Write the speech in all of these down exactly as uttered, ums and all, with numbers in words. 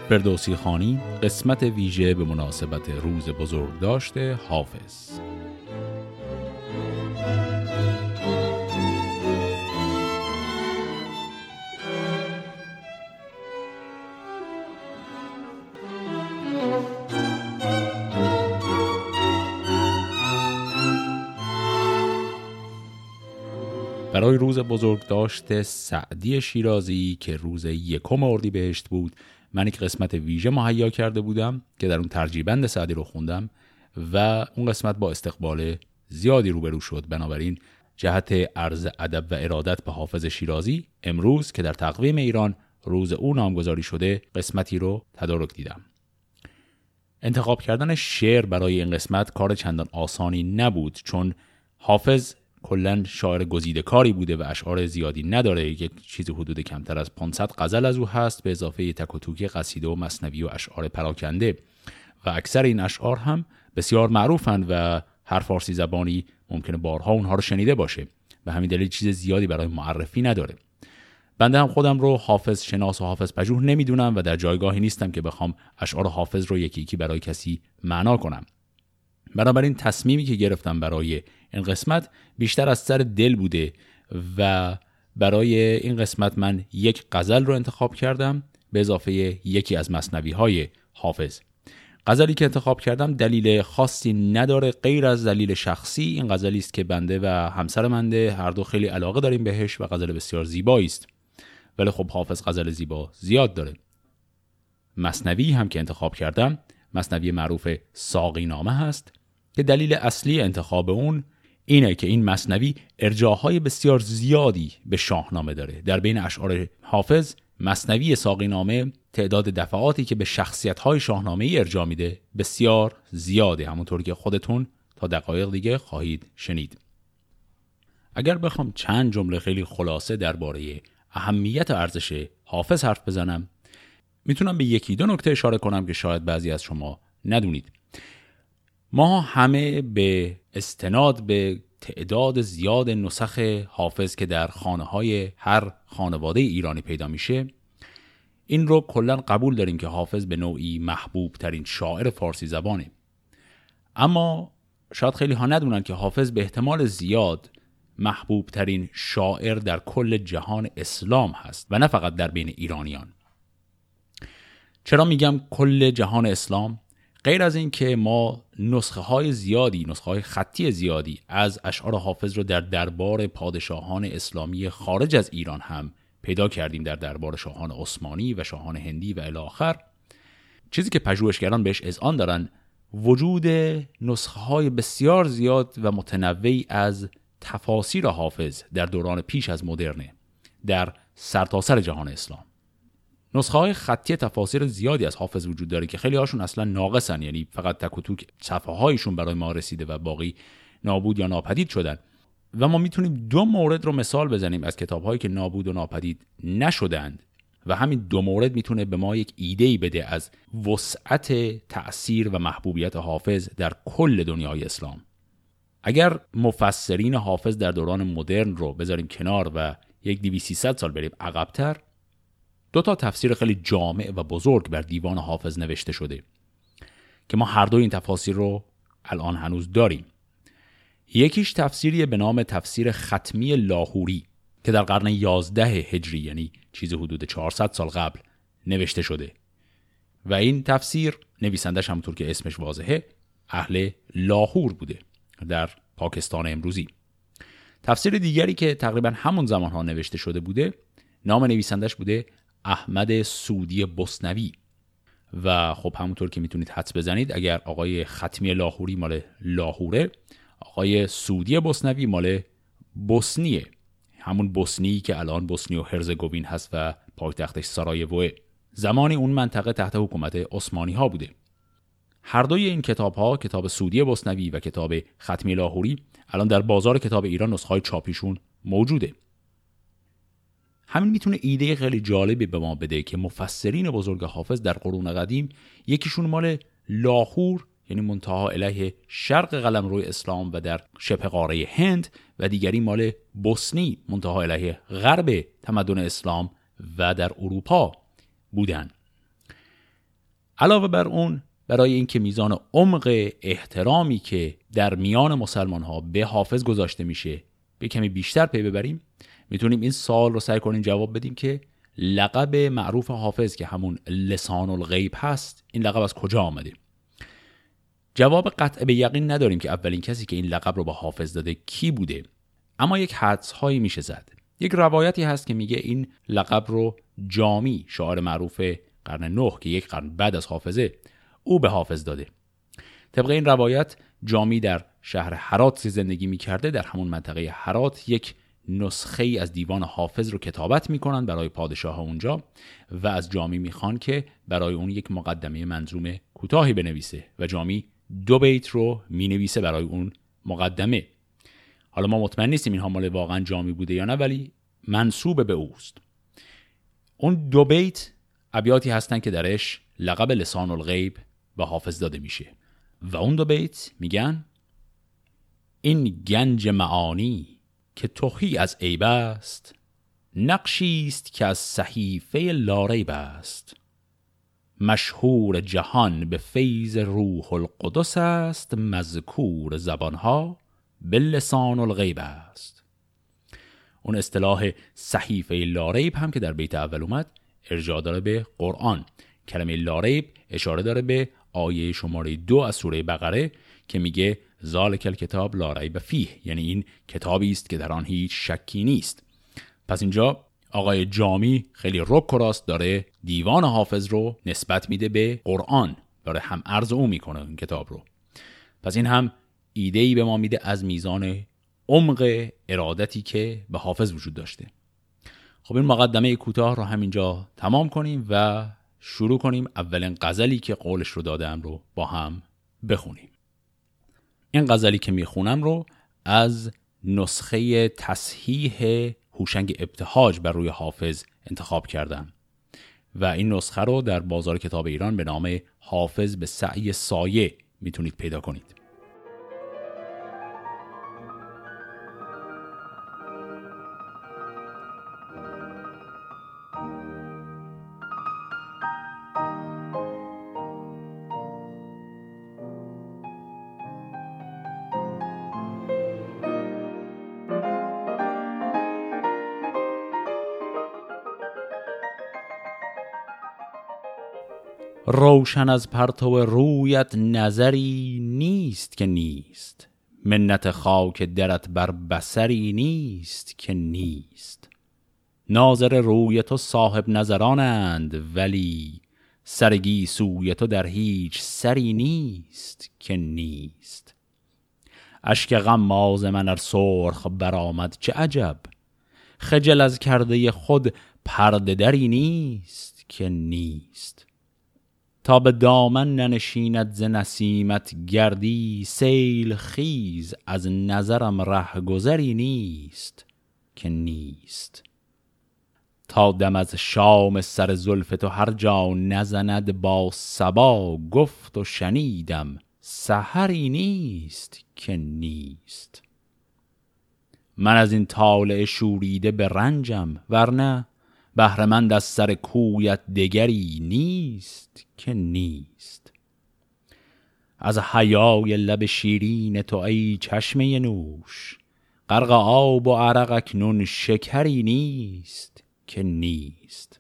فردوسی خانی، قسمت ویژه به مناسبت روز بزرگداشت حافظ. برای روز بزرگداشت سعدی شیرازی که روز یکم اردیبهشت بود، من یک قسمت ویژه مهیا کرده بودم که در اون ترجیبند سعدی رو خوندم و اون قسمت با استقبال زیادی روبرو شد. بنابراین جهت عرض ادب و ارادت به حافظ شیرازی، امروز که در تقویم ایران روز او نامگذاری شده، قسمتی رو تدارک دیدم. انتخاب کردن شعر برای این قسمت کار چندان آسانی نبود، چون حافظ کلاً شاعر گزیده کاری بوده و اشعار زیادی نداره. یک چیزی حدود کمتر از پانصد غزل از او هست، به اضافه تک و توک قصیده و مثنوی و اشعار پراکنده، و اکثر این اشعار هم بسیار معروفند و هر فارسی زبانی ممکنه بارها اونها رو شنیده باشه، به همین دلیل چیز زیادی برای معرفی نداره. بنده هم خودم رو حافظ شناس و حافظ پژوه نمیدونم و در جایگاهی نیستم که بخوام اشعار حافظ رو یکی یکی برای کسی معنا کنم. بنابراین تصمیمی که گرفتم برای این قسمت بیشتر از سر دل بوده و برای این قسمت من یک غزل رو انتخاب کردم به اضافه یکی از مثنوی های حافظ. غزلی که انتخاب کردم دلیل خاصی نداره غیر از دلیل شخصی. این غزلی است که بنده و همسر منده هر دو خیلی علاقه داریم بهش و غزل بسیار زیبایی است، ولی خب حافظ غزل زیبا زیاد داره. مثنوی هم که انتخاب کردم مثنوی معروف ساقی نامه هست که دلیل اصلی انتخاب اون اینه که این مثنوی ارجاعهای بسیار زیادی به شاهنامه داره. در بین اشعار حافظ مثنوی ساقی نامه تعداد دفعاتی که به شخصیت‌های شاهنامه‌ای ارجاع میده بسیار زیاده، همونطور که خودتون تا دقایق دیگه خواهید شنید. اگر بخوام چند جمله خیلی خلاصه درباره اهمیت و ارزش حافظ حرف بزنم، میتونم به یکی دو نکته اشاره کنم که شاید بعضی از شما ندونید. ما همه به استناد به تعداد زیاد نسخ حافظ که در خانه‌های هر خانواده ایرانی پیدا میشه، این رو کلاً قبول داریم که حافظ به نوعی محبوب ترین شاعر فارسی زبانه. اما شاید خیلی ها ندونن که حافظ به احتمال زیاد محبوب ترین شاعر در کل جهان اسلام هست و نه فقط در بین ایرانیان. چرا میگم کل جهان اسلام؟ غیر از این که ما نسخه های زیادی، نسخه های خطی زیادی از اشعار حافظ رو در دربار پادشاهان اسلامی خارج از ایران هم پیدا کردیم، در دربار شاهان عثمانی و شاهان هندی و الی آخر. چیزی که پژوهشگران بهش اذعان دارن وجود نسخه های بسیار زیاد و متنوعی از تفاسیر حافظ در دوران پیش از مدرنه در سرتاسر جهان اسلام. نسخه های خطی تفاسیر زیادی از حافظ وجود داره که خیلی هاشون اصلا ناقصن، یعنی فقط تک و توک صفحه هایشون برای ما رسیده و باقی نابود یا ناپدید شدن. و ما میتونیم دو مورد رو مثال بزنیم از کتاب هایی که نابود و ناپدید نشدند و همین دو مورد میتونه به ما یک ایده‌ای بده از وسعت تأثیر و محبوبیت حافظ در کل دنیای اسلام. اگر مفسرین حافظ در دوران مدرن رو بذاریم کنار و یک دویست سیصد سال بریم عقب‌تر، دو تا تفسیر خیلی جامع و بزرگ بر دیوان حافظ نوشته شده که ما هر دو این تفاسیر رو الان هنوز داریم. یکیش تفسیری به نام تفسیر ختمی لاهوری که در قرن یازده هجری، یعنی چیز حدود چهارصد سال قبل نوشته شده و این تفسیر نویسندش همونطور که اسمش واضحه اهل لاهور بوده در پاکستان امروزی. تفسیر دیگری که تقریبا همون زمانها نوشته شده بوده، نام نویسندش بوده احمد سودی بوسنوی و خب همونطور که میتونید حدس بزنید اگر آقای ختمی لاهوری مال لاهوره، آقای سودی بوسنوی مال بوسنیه، همون بوسنی که الان بوسنی و هرزگوین هست و پایتختش سارایوو. زمانی اون منطقه تحت حکومت عثمانی ها بوده. هر دوی این کتاب ها، کتاب سودی بوسنوی و کتاب ختمی لاهوری، الان در بازار کتاب ایران نسخه‌های چاپیشون موجوده. همین میتونه ایده خیلی جالبی به ما بده که مفسرین بزرگ حافظ در قرون قدیم یکیشون مال لاهور، یعنی منتهی علیه شرق قلمرو اسلام و در شبه قاره هند، و دیگری مال بوسنی، منتهی علیه غرب تمدن اسلام و در اروپا بودن. علاوه بر اون، برای اینکه میزان عمق احترامی که در میان مسلمان ها به حافظ گذاشته میشه به کمی بیشتر پی ببریم، میتونیم این سوال رو سعی کنیم جواب بدیم که لقب معروف حافظ که همون لسان الغیب هست، این لقب از کجا آمده؟ جواب قطع به یقین نداریم که اولین کسی که این لقب رو به حافظ داده کی بوده، اما یک حدس هایی میشه زد. یک روایتی هست که میگه این لقب رو جامی، شاعر معروف قرن نه که یک قرن بعد از حافظه، او به حافظ داده. طبق این روایت جامی در شهر هرات زندگی میکرده. در همون منطقه هرات یک نسخه ای از دیوان حافظ رو کتابت میکنن برای پادشاه اونجا و از جامی میخوان که برای اون یک مقدمه منظومه کوتاهی بنویسه و جامی دو بیت رو مینویسه برای اون مقدمه. حالا ما مطمئن نیستیم این مال واقعا جامی بوده یا نه، ولی منسوب به اوست. اون دو بیت ابیاتی هستن که درش لقب لسان الغیب به حافظ داده میشه و اون دو بیت میگن: این گنج معانی که تحی از عیب است، نقشیست که از صحیفه لاریب است. مشهور جهان به فیض روح القدس است، مذکور زبانها به لسان الغیب است. اون اصطلاح صحیفه لاریب هم که در بیت اول اومد ارجاع داره به قرآن. کلمه لاریب اشاره داره به آیه شماره دو از سوره بقره که میگه ذالک الکتاب لا ریب فیه، یعنی این کتابی است که در آن هیچ شکی نیست. پس اینجا آقای جامی خیلی رک و راست داره دیوان حافظ رو نسبت میده به قرآن، داره هم عرض او میکنه این کتاب رو. پس این هم ایده‌ای به ما میده از میزان عمق ارادتی که به حافظ وجود داشته. خب این مقدمه کوتاه رو همینجا تمام کنیم و شروع کنیم اولین غزلی که قولش رو دادم رو با هم بخونیم. این غزلی که میخونم رو از نسخه تصحیح هوشنگ ابتهاج بر روی حافظ انتخاب کردم و این نسخه رو در بازار کتاب ایران به نام حافظ به سعی سایه میتونید پیدا کنید. روشن از پرتو رویت نظری نیست که نیست، منت خاک درت بر بصری نیست که نیست. ناظر روی تو صاحب نظرانند، ولی سرگی سوی تو در هیچ سری نیست که نیست. اشک غماز من ار سرخ برآمد چه عجب، خجل از کرده خود پرده دری نیست که نیست. تا به دامن ننشیند ز نسیمت گردی، سیل خیز از نظرم ره گذری نیست که نیست. تا دم از شام سر زلف تو هر جا نزند با صبا، گفت و شنیدم سحری نیست که نیست. من از این طالع شوریده به رنجم، ورنه بهره‌مند از سر کویت دگری نیست که نیست. از حیای لب شیرین تو ای چشمه نوش، غرق آب و عرق اکنون شکری نیست که نیست.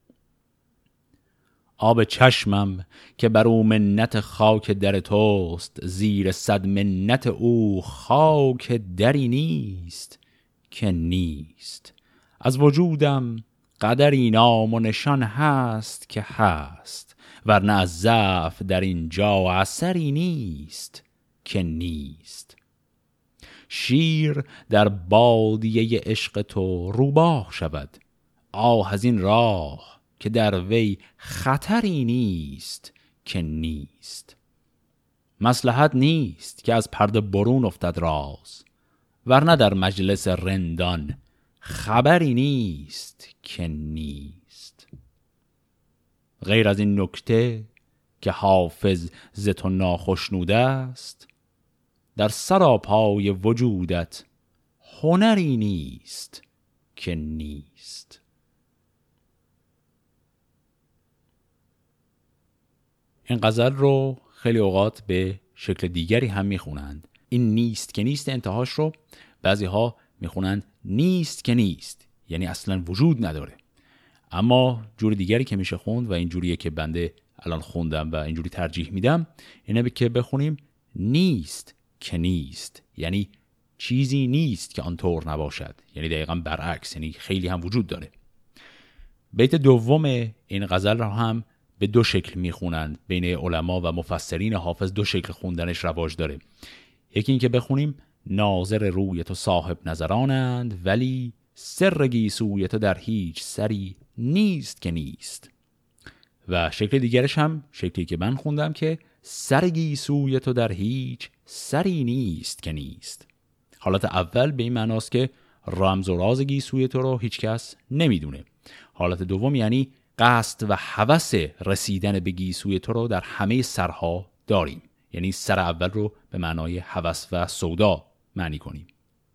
آب چشمم که بر او منت خاک در توست، زیر صد منت او خاک دری نیست که نیست. از وجودم قدری نام و نشان هست که هست، ورنه از ضعف در اینجا اثری نیست که نیست. شیر در بادیه عشق تو روباه شود، آه از این راه که در وی خطری نیست که نیست. مصلحت نیست که از پرده برون افتد راز، ورنه در مجلس رندان خبری نیست که نیست. غیر از این نکته که حافظ ز تو ناخشنود است، در سراپای وجودت هنری نیست که نیست. این غزل رو خیلی اوقات به شکل دیگری هم میخونند. این نیست که نیست انتهاش رو بعضی ها میخونند نیست که نیست، یعنی اصلا وجود نداره. اما جور دیگری که میشه خوند و این جوریه که بنده الان خوندم و اینجوری ترجیح میدم اینه که بخونیم نیست که نیست، یعنی چیزی نیست که آنطور نباشد، یعنی دقیقاً برعکس، یعنی خیلی هم وجود داره. بیت دوم این غزل را هم به دو شکل میخونند. بین علما و مفسرین حافظ دو شکل خوندنش رواج داره. یکی این که بخونیم ناظر روی تو صاحب نظرانند، ولی سر گیسوی تو در هیچ سری نیست که نیست. و شکل دیگرش هم شکلی که من خوندم که سر گیسوی تو در هیچ سری نیست که نیست. حالت اول به این معناست که رمز و راز گیسوی تو رو هیچ کس نمیدونه. حالت دوم یعنی قصد و هوس رسیدن به گیسوی تو رو در همه سرها داریم، یعنی سر اول رو به معنای هوس و سودا معنی کنیم.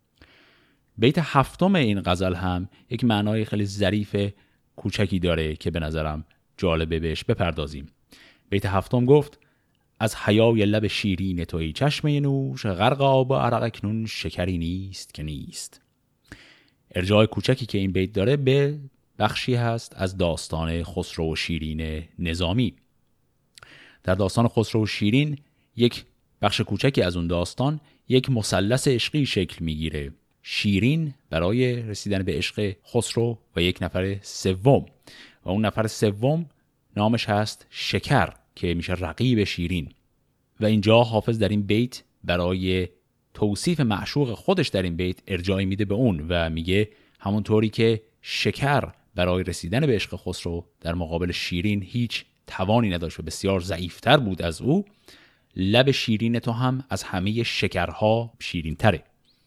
بیت هفتم این غزل هم یک معنای خیلی ظریف کوچکی داره که به نظرم جالبه بهش بپردازیم. بیت هفتم گفت از حیای لب شیرین تو ای چشمه نوش، غرق آب و عرق اکنون شکری نیست که نیست. ارجاع کوچکی که این بیت داره به بخشی هست از داستان خسرو و شیرین نظامی. در داستان خسرو و شیرین یک بخش کوچکی از اون داستان یک مثلث عشقی شکل میگیره. شیرین برای رسیدن به عشق خسرو و یک نفر سوم، و اون نفر سوم نامش هست شکر که میشه رقیب شیرین. و اینجا حافظ در این بیت برای توصیف معشوق خودش در این بیت ارجاعی میده به اون و میگه همونطوری که شکر برای رسیدن به عشق خسرو در مقابل شیرین هیچ توانی نداشت و بسیار ضعیفتر بود از او، لب شیرین تو هم از همه شکرها شیرین تره.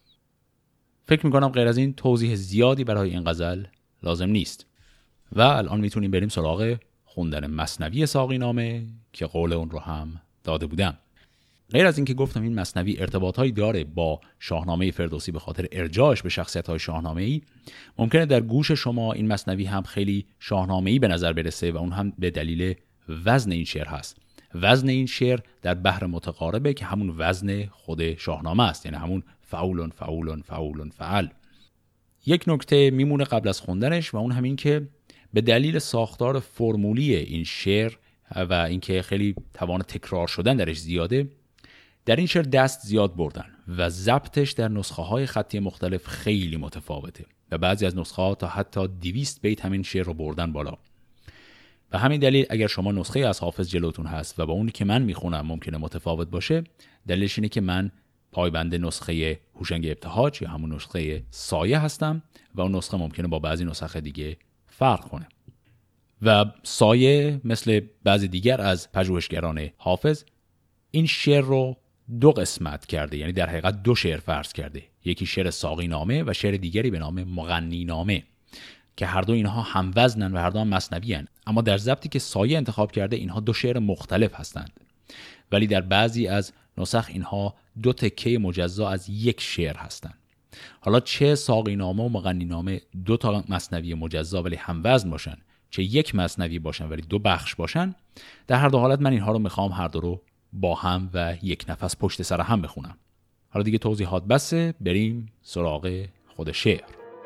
فکر میکنم غیر از این توضیح زیادی برای این غزل لازم نیست و الان میتونیم بریم سراغ خوندن مثنوی ساقینامه که قول اون رو هم داده بودم. غیر از این که گفتم این مثنوی ارتباطایی داره با شاهنامه فردوسی به خاطر ارجاعش به شخصیت‌های شاهنامه‌ای، ممکنه در گوش شما این مثنوی هم خیلی شاهنامه‌ای به نظر برسه و اون هم به دلیل وزن این شعر هست. وزن این شعر در بحر متقاربه که همون وزن خود شاهنامه است، یعنی همون فعولن فعولن فعولن فعل. یک نکته میمونه قبل از خوندنش و اون همین که به دلیل ساختار فرمولی این شعر و اینکه خیلی توان تکرار شدن درش زیاده، در این شعر دست زیاد بردن و ضبطش در نسخه های خطی مختلف خیلی متفاوته و بعضی از نسخه ها تا حتی دویست بیت همین شعر رو بردن بالا. و همین دلیل اگر شما نسخه از حافظ جلوتون هست و با اونی که من میخونم ممکنه متفاوت باشه، دلیلش اینه که من پایبند نسخه هوشنگ ابتهاج یا همون نسخه سایه هستم و اون نسخه ممکنه با بعضی نسخه دیگه فرق کنه. و سایه مثل بعضی دیگر از پژوهشگران حافظ این شعر رو دو قسمت کرده، یعنی در حقیقت دو شعر فرض کرده، یکی شعر ساقی نامه و شعر دیگری به نام مغنی نامه که هر دو اینها هم وزنن و هر دو هم مثنوی هستند. اما در ضبطی که سایه انتخاب کرده اینها دو شعر مختلف هستند، ولی در بعضی از نسخ اینها دو تکه مجزا از یک شعر هستند. حالا چه ساقی نامه و مغنی نامه دو تا مثنوی مجزا ولی هم وزن باشن، چه یک مثنوی باشن ولی دو بخش باشن، در هر دو حالت من اینها رو میخوام هر دو رو با هم و یک نفس پشت سر هم بخونم. حالا دیگه توضیحات بسه، بریم سراغ خود شعر.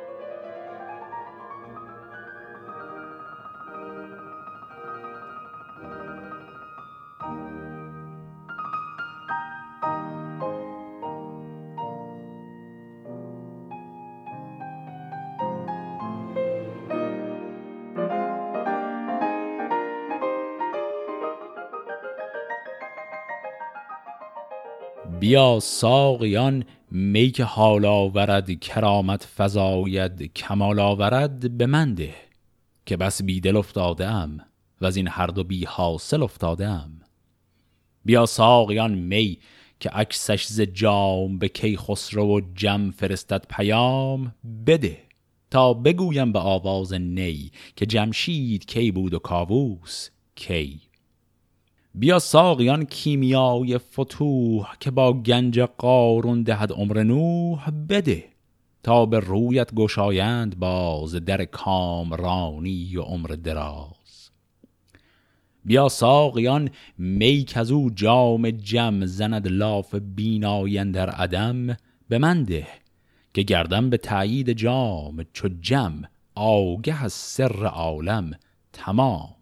بیا ساقیان می که حال آورد، کرامت فزاید کمال آورد، به من ده که بس بی دل افتاده ام و از این هر دو بی حاصل افتاده ام. بیا ساقیان می که عکسش ز جام، به کی خسرو و جم فرستد پیام، بده تا بگویم به آواز نی، که جمشید کی بود و کاووس کی. بیا ساقیان کیمیای فتوح، که با گنج قارون دهد عمر نوح، بده تا به رویت گشایند باز، در کامرانی و عمر دراز. بیا ساقیان می کزو جام جم، زند لاف بیناین در عدم. به من ده که گردم به تایید جام، چو جم آگه از سر عالم تمام.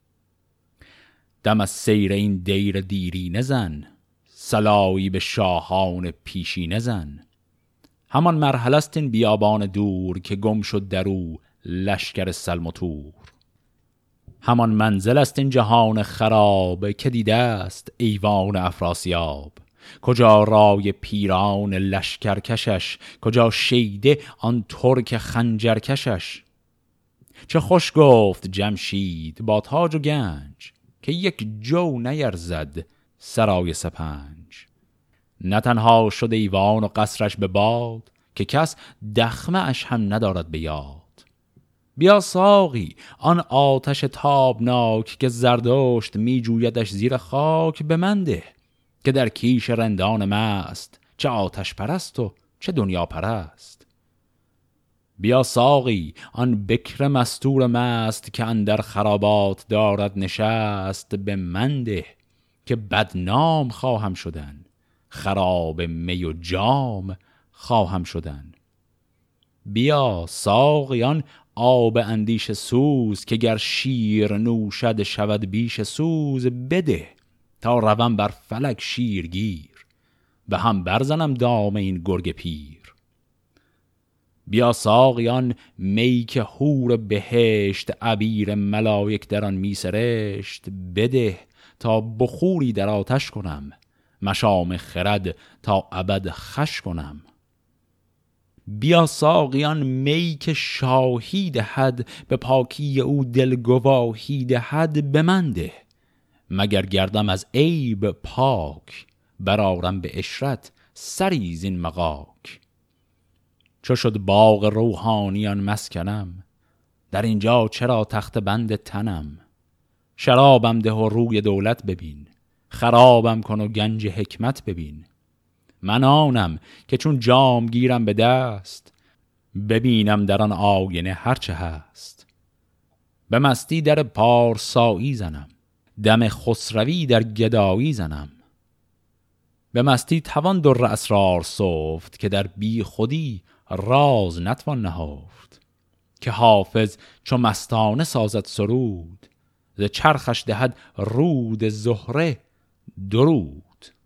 دم از سیر این دیر دیری نزن، سلایی به شاهان پیشی نزن. همان مرحله است این بیابان دور، که گم شد در او لشکر سلم و تور. همان منزل است این جهان خراب، که دیده است ایوان افراسیاب. کجا رای پیران لشکر کشش، کجا شیده آن ترک خنجر کشش. چه خوش گفت جمشید با تاج و گنج، که یک جو نیرزد سرای سپنج. نه تنها شد ایوان و قصرش به باد، که کس دخمه اش هم ندارد به یاد. بیا ساقی آن آتش تابناک، که زردشت می جویدش زیر خاک. به من ده که در کیش رندان مست، چه آتش پرست و چه دنیا پرست. بیا ساقی آن بکر مستور مست، که اندر خرابات دارد نشست. به من ده که بدنام خواهم شدن، خراب می و جام خواهم شدن. بیا ساقیان آب اندیش سوز، که گر شیر نوشد شود بیش سوز. بده تا روم بر فلک شیرگیر، به هم برزنم دام این گرگ پیر. بیا ساقیان می که حور بهشت، عبیر ملائک در آن می سرشت. بده تا بخوری در آتش کنم، مشام خرد تا ابد خش کنم. بیا ساقیان می که شاهی دهد، به پاکی او دل گواهی دهد. به من ده مگر گردم از عیب پاک، برارم به عشرت سری زین مغاک. چو شد باغ روحانیان مسکنم، در اینجا چرا تخت بند تنم. شرابم ده و روی دولت ببین، خرابم کن و گنج حکمت ببین. من آنم که چون جام گیرم به دست، ببینم در آن آینه هرچه هست. به مستی در پارسایی زنم، دم خسروی در گدایی زنم. به مستی توان در اسرار سفت، که در بی خودی راز نتوان نهفت. که حافظ چو مستانه سازد سرود، ز چرخش دهد رود زهره درود.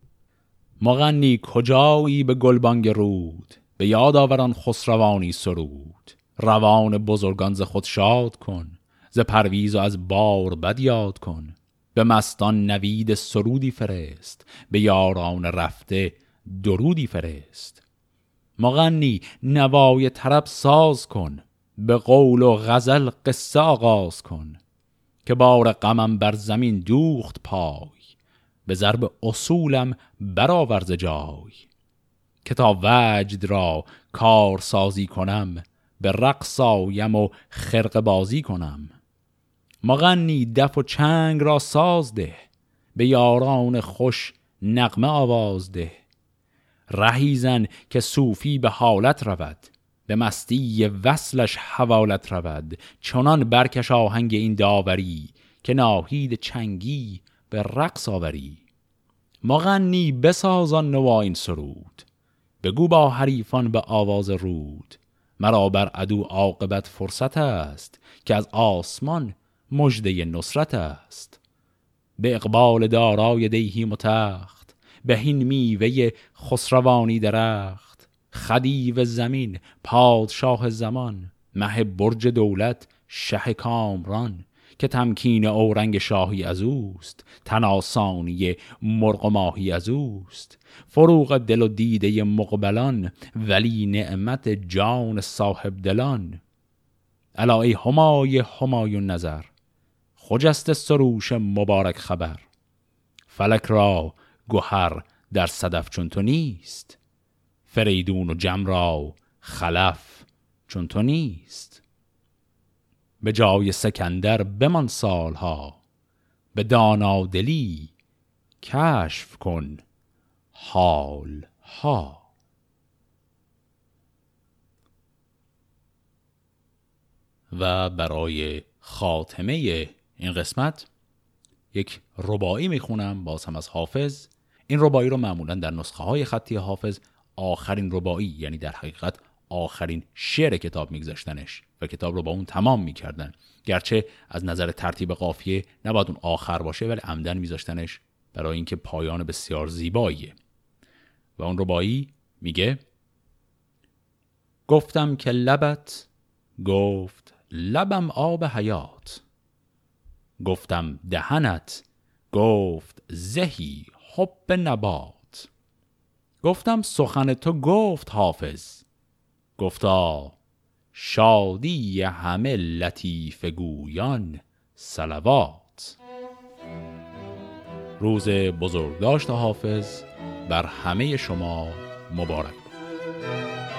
مغنی کجایی به گلبانگ رود، به یاد آوران خسروانی سرود. روان بزرگان ز خود شاد کن، ز پرویز و از بار بد یاد کن. به مستان نوید سرودی فرست، به یاران رفته درودی فرست. مغنی نوای طرب ساز کن، به قول و غزل قصه آغاز کن. که بار غمم بر زمین دوخت پای، به ضرب اصولم برآورز جای. که تا وجد را کار سازی کنم، به رقص آیم و خرقه بازی کنم. مغنی دف و چنگ را ساز ده، به یاران خوش نغمه آواز ده. رهی زن که صوفی به حالت رود، به مستی وصلش حوالت رود. چنان برکش آهنگ این داوری، که ناهید چنگی به رقص آوری. مغنی بسازان نواین سرود، بگو با حریفان به آواز رود. مرا بر عدو عاقبت فرصت است، که از آسمان مژده نصرت است. به اقبال دارای دیهی متخت، بهین میوه خسروانی درخت. خدیو زمین پادشاه زمان، مه برج دولت شه کامران. که تمکین اورنگ شاهی از اوست، تن آسانی مرغ و ماهی از اوست. فروغ دل و دیده مقبلان، ولی نعمت جان صاحب دلان. الا ای همای همایون نظر، خجست سروش مبارک خبر. فلک را گوهر در صدف چون تو نیست، فریدون و جم را خلف چون تو نیست. به جای سکندر بمان سالها، به دانادلی کشف کن حال ها. و برای خاتمه این قسمت یک رباعی میخونم باز هم از حافظ. این رباعی رو معمولا در نسخه های خطی حافظ آخرین رباعی، یعنی در حقیقت آخرین شعر کتاب میگذاشتنش و کتاب رو با اون تمام میکردن، گرچه از نظر ترتیب قافیه نباید اون آخر باشه ولی عمدن میذاشتنش برای اینکه پایان بسیار زیباییه. و اون رباعی میگه: گفتم که لبت گفت لبم آب حیات، گفتم دهنت گفت زهی حب نبات، گفتم سخن تو گفت حافظ، گفتا شادی همه لطیف گویان صلوات. روز بزرگداشت حافظ بر همه شما مبارک باد.